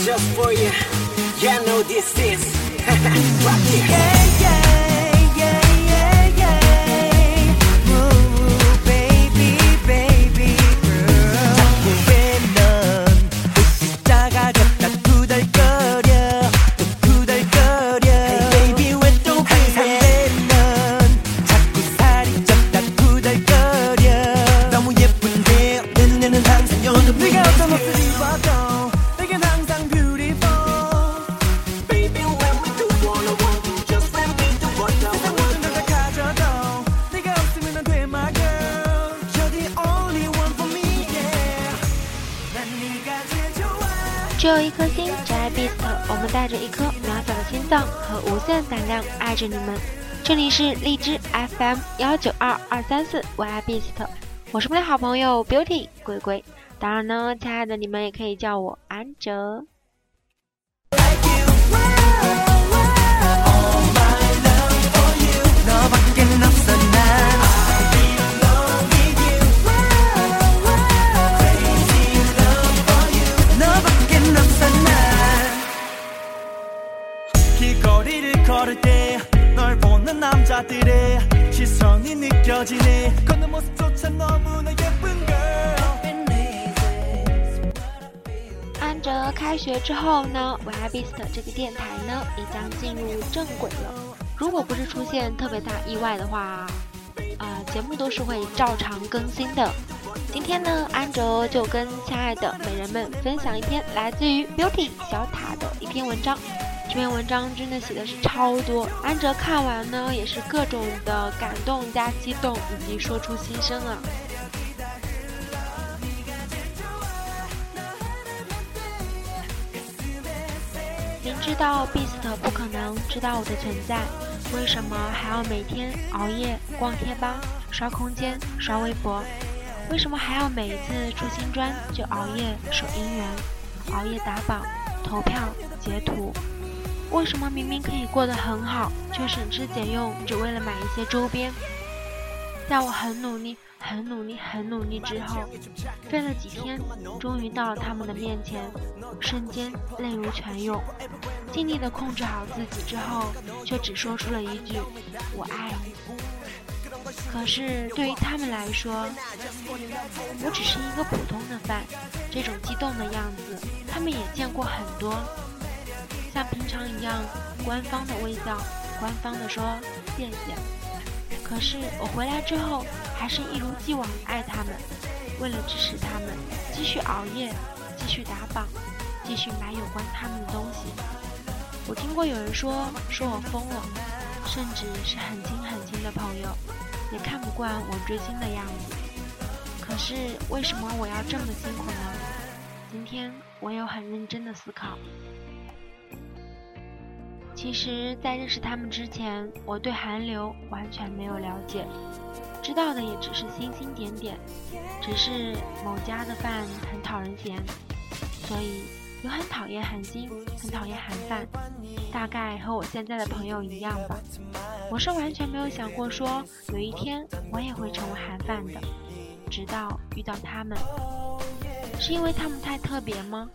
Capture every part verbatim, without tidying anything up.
just for you. Yeah, I know this is rock it. Yeah, yeah, yeah, yeah, yeah. Move, baby, baby girl. 자꾸 왜 넌 빛이 작아졌다 투덜거려 또 투덜거려. Hey baby 왜 또 그래. 왜 넌 자꾸 살이 쪘다 투덜거려. 너무 예쁜데 내 눈에는 항상 연두. 네가 어떤 옷을 입어도 只有一颗心，只爱 Beast， 我们带着一颗渺小的心脏和无限胆量爱着你们。这里是荔枝 F M 幺九二二三四，我爱 Beast， 我是我们的好朋友 Beauty 鬼鬼。当然呢，亲爱的你们也可以叫我安哲。安哲开学之后呢 ，Y I Beast 这个电台呢也将进入正轨了。如果不是出现特别大意外的话，呃，节目都是会照常更新的。今天呢，安哲就跟亲爱的美人们分享一篇来自于 Beauty 小塔的一篇文章。这篇文章真的写的是超多，安哲看完呢也是各种的感动加激动，以及说出心声啊。明知道 Beast 不可能知道我的存在，为什么还要每天熬夜逛贴吧、刷空间、刷微博？为什么还要每一次出新专就熬夜守姻缘、熬夜打榜、投票、截图？为什么明明可以过得很好，却省吃俭用，只为了买一些周边？在我很努力、很努力、很努力之后，费了几天，终于到了他们的面前，瞬间泪如泉涌。尽力的控制好自己之后，却只说出了一句“我爱你”。可是对于他们来说，我只是一个普通的饭，这种激动的样子，他们也见过很多。像平常一样官方的微笑，官方的说谢谢。可是我回来之后还是一如既往的爱他们，为了支持他们继续熬夜，继续打榜，继续买有关他们的东西。我听过有人说说我疯了，甚至是很亲很亲的朋友也看不惯我追星的样子。可是为什么我要这么辛苦呢？今天我有很认真的思考。其实在认识他们之前，我对韩流完全没有了解，知道的也只是星星点点，只是某家的饭很讨人嫌，所以有很讨厌韩星，很讨厌韩饭，大概和我现在的朋友一样吧。我是完全没有想过说有一天我也会成为韩饭的，直到遇到他们。是因为他们太特别吗？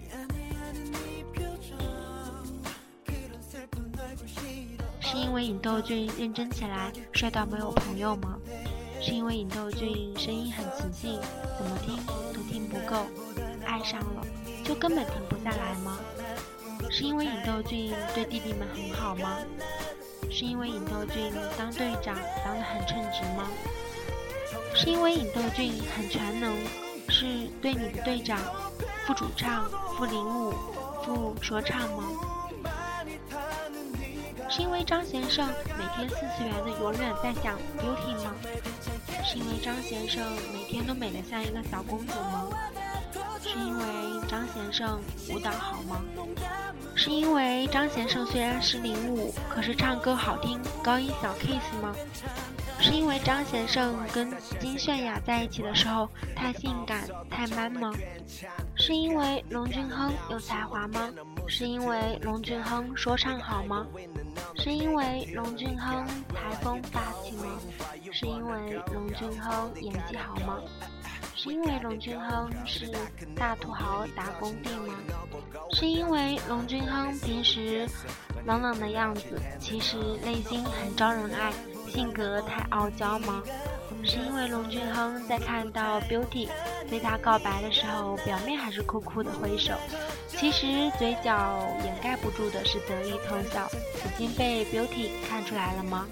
是因为尹斗俊认真起来帅到没有朋友吗？是因为尹斗俊声音很磁性，怎么听都听不够，爱上了就根本停不下来吗？是因为尹斗俊对弟弟们很好吗？是因为尹斗俊当队长当得很称职吗？是因为尹斗俊很全能，是对你的队长副主唱、副领舞、副说唱吗？是因为张先生每天四次元的永远在想 beauty 吗？是因为张先生每天都美得像一个小公主吗？是因为张先生舞蹈好吗？是因为张先生虽然是领舞，可是唱歌好听，高音小 kiss 吗？是因为张先生跟金泫雅在一起的时候太性感太 man 吗？是因为龙俊亨有才华吗？是因为龙俊亨说唱好吗？是因为龙俊亨台风霸气吗？是因为龙俊亨演技好吗？ 是因为龙俊亨是大土豪打工弟吗？是因为龙俊亨平时冷冷的样子，其实内心很招人爱，性格太傲娇吗？是因为龙俊亨在看到 Beauty 对他告白的时候，表面还是酷酷的挥手，其实嘴角掩盖不住的是得意偷笑，已经被 Beauty 看出来了吗？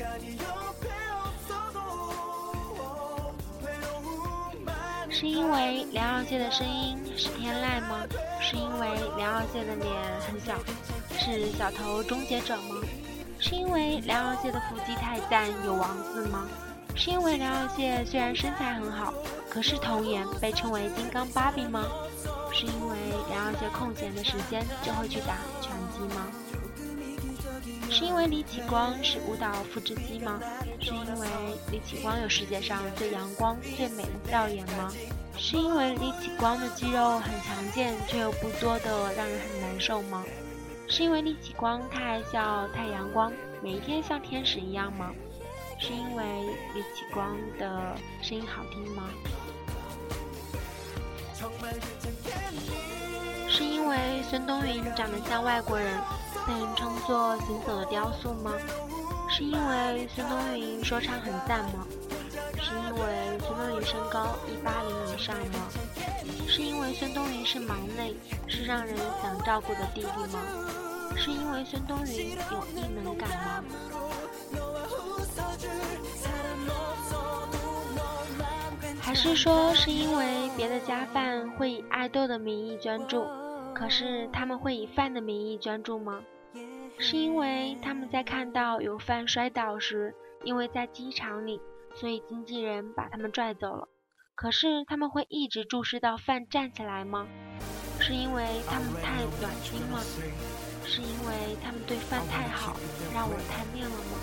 是因为梁耀谢的声音是天籁吗？是因为梁耀谢的脸很小，是小头终结者吗？是因为梁耀谢的腹肌太赞有王字吗？是因为梁耀谢虽然身材很好，可是童颜被称为金刚芭比吗？是因为梁耀谢空闲的时间就会去打拳击吗？是因为李启光是舞蹈复制机吗？是因为李启光有世界上最阳光最美的笑颜吗？是因为李启光的肌肉很强健却又不多的让人很难受吗？是因为李启光太爱笑太阳光，每一天像天使一样吗？是因为李启光的声音好听吗？是因为孙东云长得像外国人，被人称作行走的雕塑吗？是因为孙东云说唱很赞吗？是因为孙东云身高一八零以上吗？是因为孙东云是忙内，是让人想照顾的弟弟吗？是因为孙东云有异能感吗？还是说是因为别的家饭会以爱豆的名义捐助，可是他们会以饭的名义捐助吗？是因为他们在看到有饭摔倒时，因为在机场里，所以经纪人把他们拽走了，可是他们会一直注视到饭站起来吗？是因为他们太暖心吗？是因为他们对饭太好，让我贪念了吗？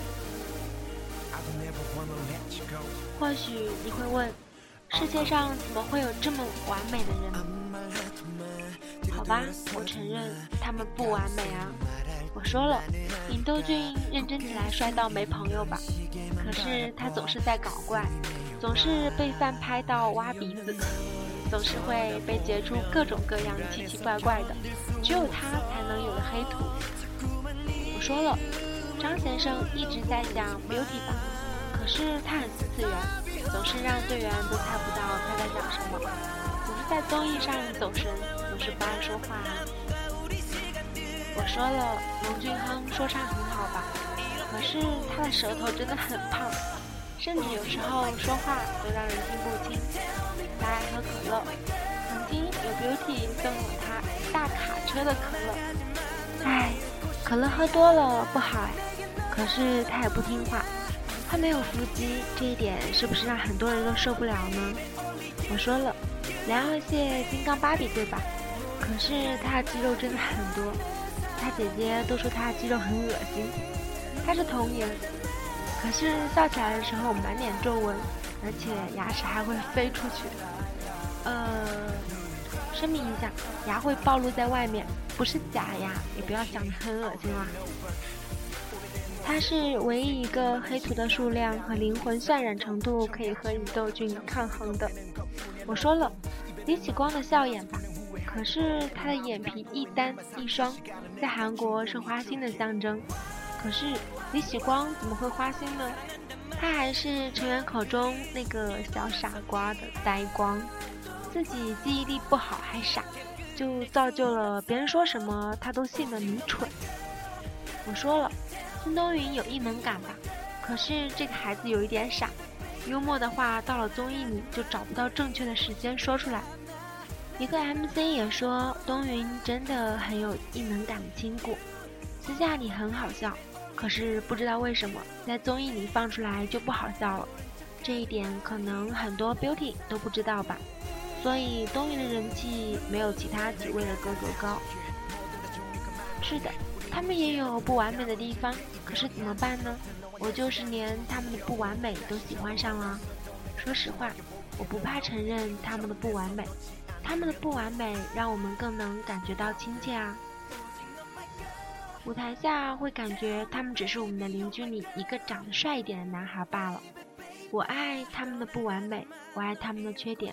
或许你会问，世界上怎么会有这么完美的人？好吧，我承认他们不完美啊。我说了，尹斗俊认真起来帅到没朋友吧，可是他总是在搞怪，总是被饭拍到挖鼻子，总是会被截出各种各样奇奇怪怪的只有他才能有的黑图。我说了，张先生一直在讲 Beauty 吧，可是他很四次元，总是让队员都猜不到他在讲什么，总是在综艺上走神，总是不爱说话。我说了，龙俊亨说唱很好吧，可是他的舌头真的很胖，甚至有时候说话都让人听不清。他爱喝可乐，曾经有 Beauty 送了他一大卡车的可乐。唉，可乐喝多了不好哎，可是他也不听话。他没有腹肌，这一点是不是让很多人都受不了呢？我说了，梁耀谢金刚芭比对吧？可是他的肌肉真的很多，他姐姐都说他的肌肉很恶心。他是童颜，可是笑起来的时候满脸皱纹，而且牙齿还会飞出去。呃，声明一下，牙会暴露在外面，不是假牙，也不要想得很恶心啦。他是唯一一个黑图的数量和灵魂渲染程度可以和尹斗俊抗衡的。我说了，李启光的笑眼吧，可是他的眼皮一单一双，在韩国是花心的象征。可是李启光怎么会花心呢？他还是成员口中那个小傻瓜的呆光，自己记忆力不好还傻，就造就了别人说什么他都信得迷蠢。我说了，孙东云有异能感吧，可是这个孩子有一点傻，幽默的话到了综艺里就找不到正确的时间说出来。一个 M C 也说东云真的很有异能感的亲故，私下里很好笑，可是不知道为什么在综艺里放出来就不好笑了，这一点可能很多 Beauty 都不知道吧，所以东云的人气没有其他几位的个个高。是的，他们也有不完美的地方，可是怎么办呢？我就是连他们的不完美都喜欢上了。说实话，我不怕承认他们的不完美，他们的不完美让我们更能感觉到亲切啊。舞台下会感觉他们只是我们的邻居里一个长得帅一点的男孩罢了。我爱他们的不完美，我爱他们的缺点，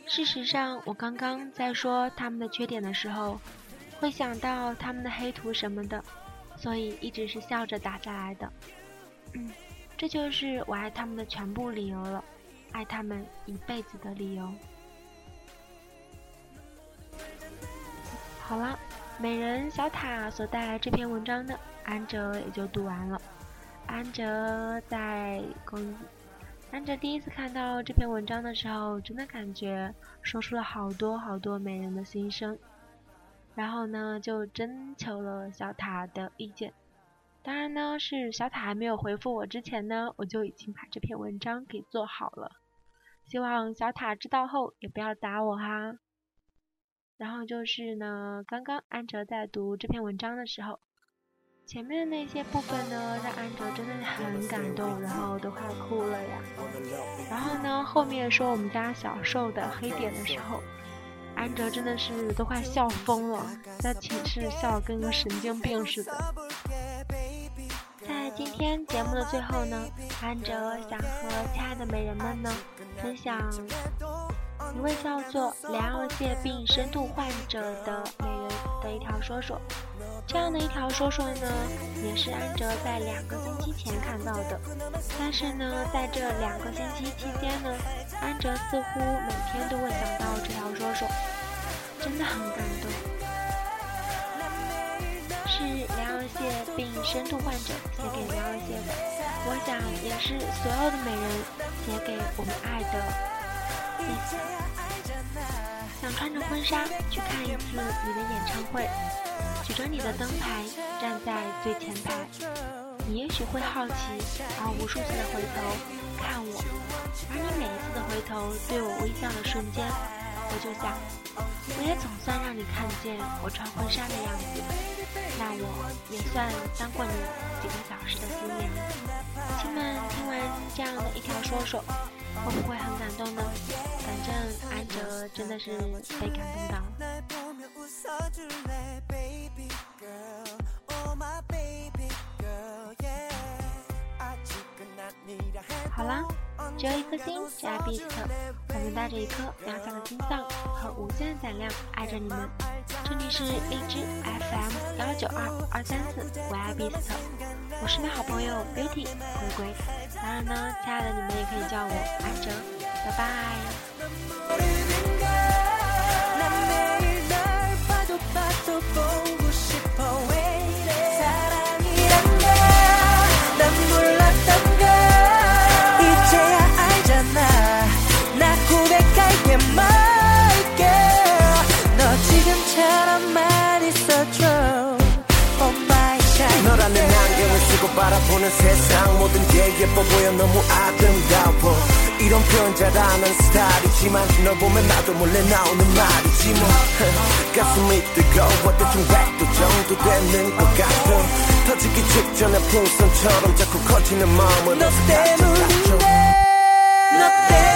事实上，我刚刚在说他们的缺点的时候，会想到他们的黑图什么的，所以一直是笑着打下来的。嗯，这就是我爱他们的全部理由了，爱他们一辈子的理由。好了，美人小塔所带来这篇文章的安哲也就读完了。安哲在公安哲第一次看到这篇文章的时候，真的感觉说出了好多好多美人的心声，然后呢就征求了小塔的意见。当然呢，是小塔还没有回复我之前呢，我就已经把这篇文章给做好了，希望小塔知道后也不要打我哈。然后就是呢，刚刚安哲在读这篇文章的时候，前面的那些部分呢，让安哲真的很感动，然后都快哭了呀。然后呢，后面说我们家小受的黑点的时候，安哲真的是都快笑疯了，在寝室笑跟个神经病似的。在今天节目的最后呢，安哲想和亲爱的美人们呢分享一位叫做良药谢病深度患者的美人的一条说说。这样的一条说说呢，也是安哲在两个星期前看到的，但是呢，在这两个星期期间呢，安哲似乎每天都会想到这条说说，真的很感动。是良药谢病深度患者写给良药谢的，我想也是所有的美人写给我们爱的彼此。想穿着婚纱去看一次你的演唱会，举着你的灯牌站在最前排，你也许会好奇，而无数次的回头看我，而你每一次的回头对我微笑的瞬间，我就想，我也总算让你看见我穿婚纱的样子，那我也算当过你几个小时的新娘。亲们听完这样的一条说说，会不会很感动呢？反正安哲真的是被感动到了。好啦，只有一颗心，只爱彼此。我们带着一颗渺小的心脏和无限的胆量爱着你们。这里是荔枝 F M 幺九二二三四，我爱彼此。我是你好朋友 Beauty 龟龟。当然呢，亲爱的你们也可以叫我安哲。拜拜。 바라보는 세상 모든 게 예뻐 보여 너무 아름다워 이런 표현 잘하는 스타일이지만 널 보면 나도 몰래 나오는 말이지 뭐 가슴이 뜨거워 대충 백도 정도 되는 것 같아 터지기 직전에 풍선처럼 자꾸 커지는 마음은 너 때문인데 너 때문에